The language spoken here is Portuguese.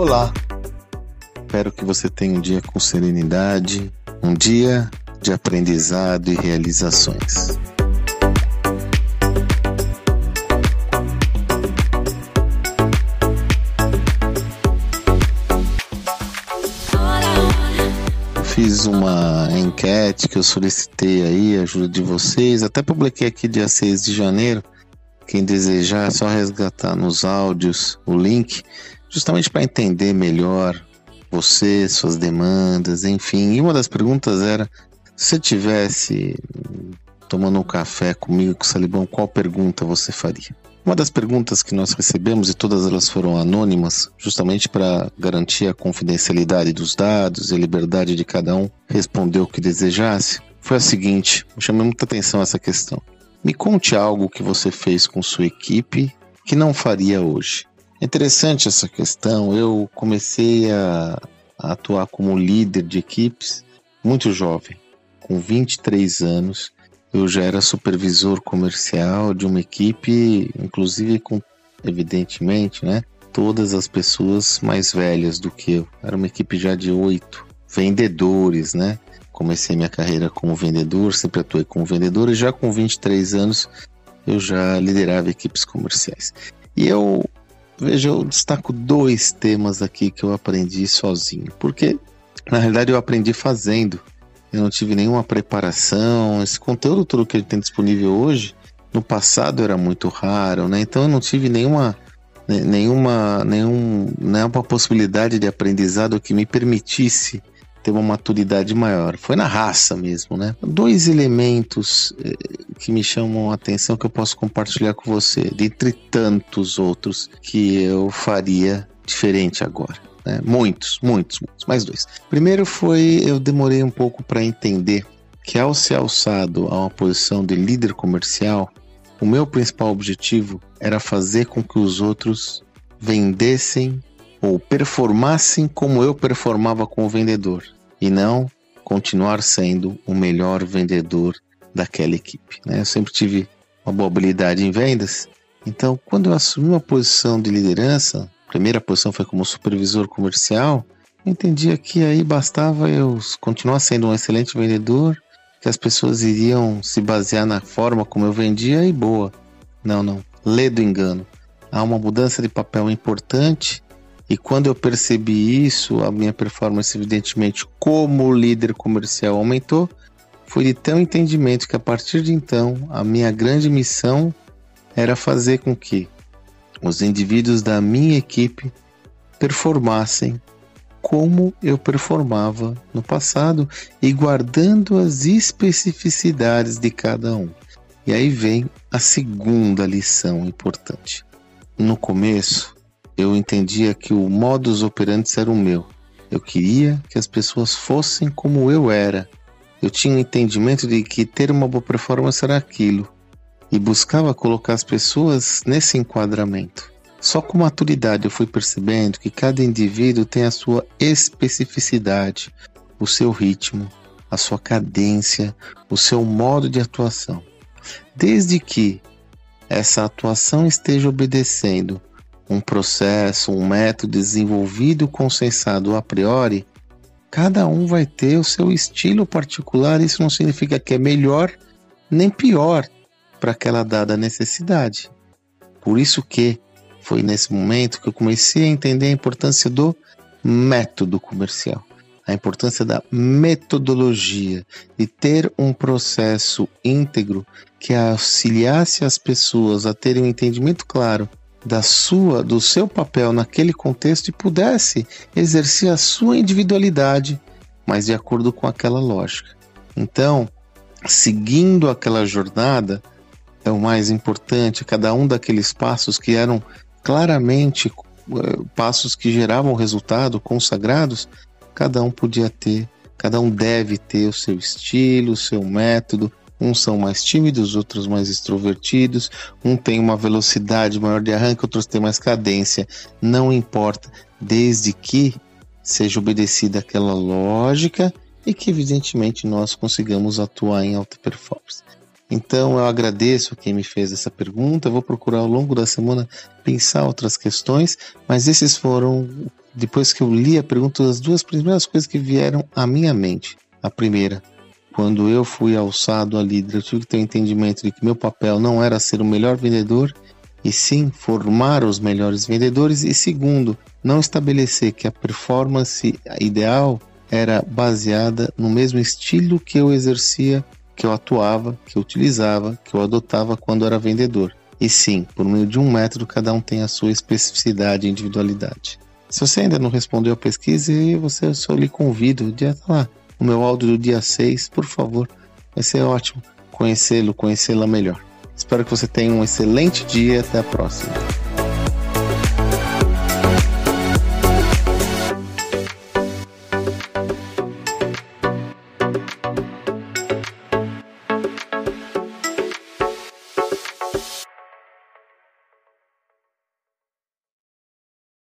Olá, espero que você tenha um dia com serenidade, um dia de aprendizado e realizações. Fiz uma enquete que eu solicitei aí a ajuda de vocês, até publiquei aqui dia 6 de janeiro. Quem desejar é só resgatar nos áudios o link, justamente para entender melhor você, suas demandas, enfim. E uma das perguntas era, se você estivesse tomando um café comigo, com o Salibão, qual pergunta você faria? Uma das perguntas que nós recebemos, e todas elas foram anônimas, justamente para garantir a confidencialidade dos dados e a liberdade de cada um responder o que desejasse, foi a seguinte: me chamou muita atenção essa questão. Me conte algo que você fez com sua equipe que não faria hoje. É interessante essa questão. Eu comecei a atuar como líder de equipes muito jovem, com 23 anos. Eu já era supervisor comercial de uma equipe, inclusive com, evidentemente, né, todas as pessoas mais velhas do que eu. Era uma equipe já de 8 vendedores, né? Comecei minha carreira como vendedor, sempre atuei como vendedor e já com 23 anos eu já liderava equipes comerciais. E eu destaco 2 temas aqui que eu aprendi sozinho, porque na realidade eu aprendi fazendo. Eu não tive nenhuma preparação. Esse conteúdo todo que ele tem disponível hoje, no passado era muito raro, né? Então eu não tive nenhuma possibilidade de aprendizado que me permitisse ter uma maturidade maior. Foi na raça mesmo, né? 2 elementos que me chamam a atenção que eu posso compartilhar com você, dentre tantos outros que eu faria diferente agora. Muitos, mais 2. Primeiro eu demorei um pouco para entender que ao ser alçado a uma posição de líder comercial, o meu principal objetivo era fazer com que os outros vendessem ou performassem como eu performava como vendedor, e não continuar sendo o melhor vendedor daquela equipe. Eu sempre tive uma boa habilidade em vendas, então quando eu assumi uma posição de liderança, primeira posição foi como supervisor comercial, eu entendia que aí bastava eu continuar sendo um excelente vendedor, que as pessoas iriam se basear na forma como eu vendia e boa. Não, lê do engano. Há uma mudança de papel importante e quando eu percebi isso, a minha performance evidentemente como líder comercial aumentou. Foi de tão entendimento que a partir de então, a minha grande missão era fazer com que os indivíduos da minha equipe performassem como eu performava no passado e guardando as especificidades de cada um. E aí vem a segunda lição importante. No começo, eu entendia que o modus operandi era o meu. Eu queria que as pessoas fossem como eu era. Eu tinha um entendimento de que ter uma boa performance era aquilo. E buscava colocar as pessoas nesse enquadramento. Só com maturidade eu fui percebendo que cada indivíduo tem a sua especificidade, o seu ritmo, a sua cadência, o seu modo de atuação. Desde que essa atuação esteja obedecendo um processo, um método desenvolvido, consensado a priori, cada um vai ter o seu estilo particular. Isso não significa que é melhor nem pior para aquela dada necessidade. Por isso que foi nesse momento que eu comecei a entender a importância do método comercial, a importância da metodologia, de ter um processo íntegro que auxiliasse as pessoas a terem um entendimento claro do seu papel naquele contexto e pudesse exercer a sua individualidade, mas de acordo com aquela lógica. Então, seguindo aquela jornada, é o mais importante. Cada um daqueles passos que eram claramente passos que geravam resultado, consagrados, cada um deve ter o seu estilo, o seu método. Uns são mais tímidos, outros mais extrovertidos, um tem uma velocidade maior de arranque, outros têm mais cadência. Não importa, desde que seja obedecida aquela lógica e que evidentemente nós consigamos atuar em alta performance. Então eu agradeço a quem me fez essa pergunta. Eu vou procurar ao longo da semana pensar outras questões, mas esses foram, depois que eu li a pergunta, as duas primeiras coisas que vieram à minha mente. A primeira, quando eu fui alçado a líder, eu tive que ter o entendimento de que meu papel não era ser o melhor vendedor, e sim formar os melhores vendedores. E segundo, não estabelecer que a performance ideal era baseada no mesmo estilo que eu exercia, que eu atuava, que eu utilizava, que eu adotava quando era vendedor. E sim, por meio de um método, cada um tem a sua especificidade e individualidade. Se você ainda não respondeu a pesquisa, eu só lhe convido, lá, o meu áudio do dia 6, por favor. Vai ser ótimo conhecê-la melhor. Espero que você tenha um excelente dia. Até a próxima.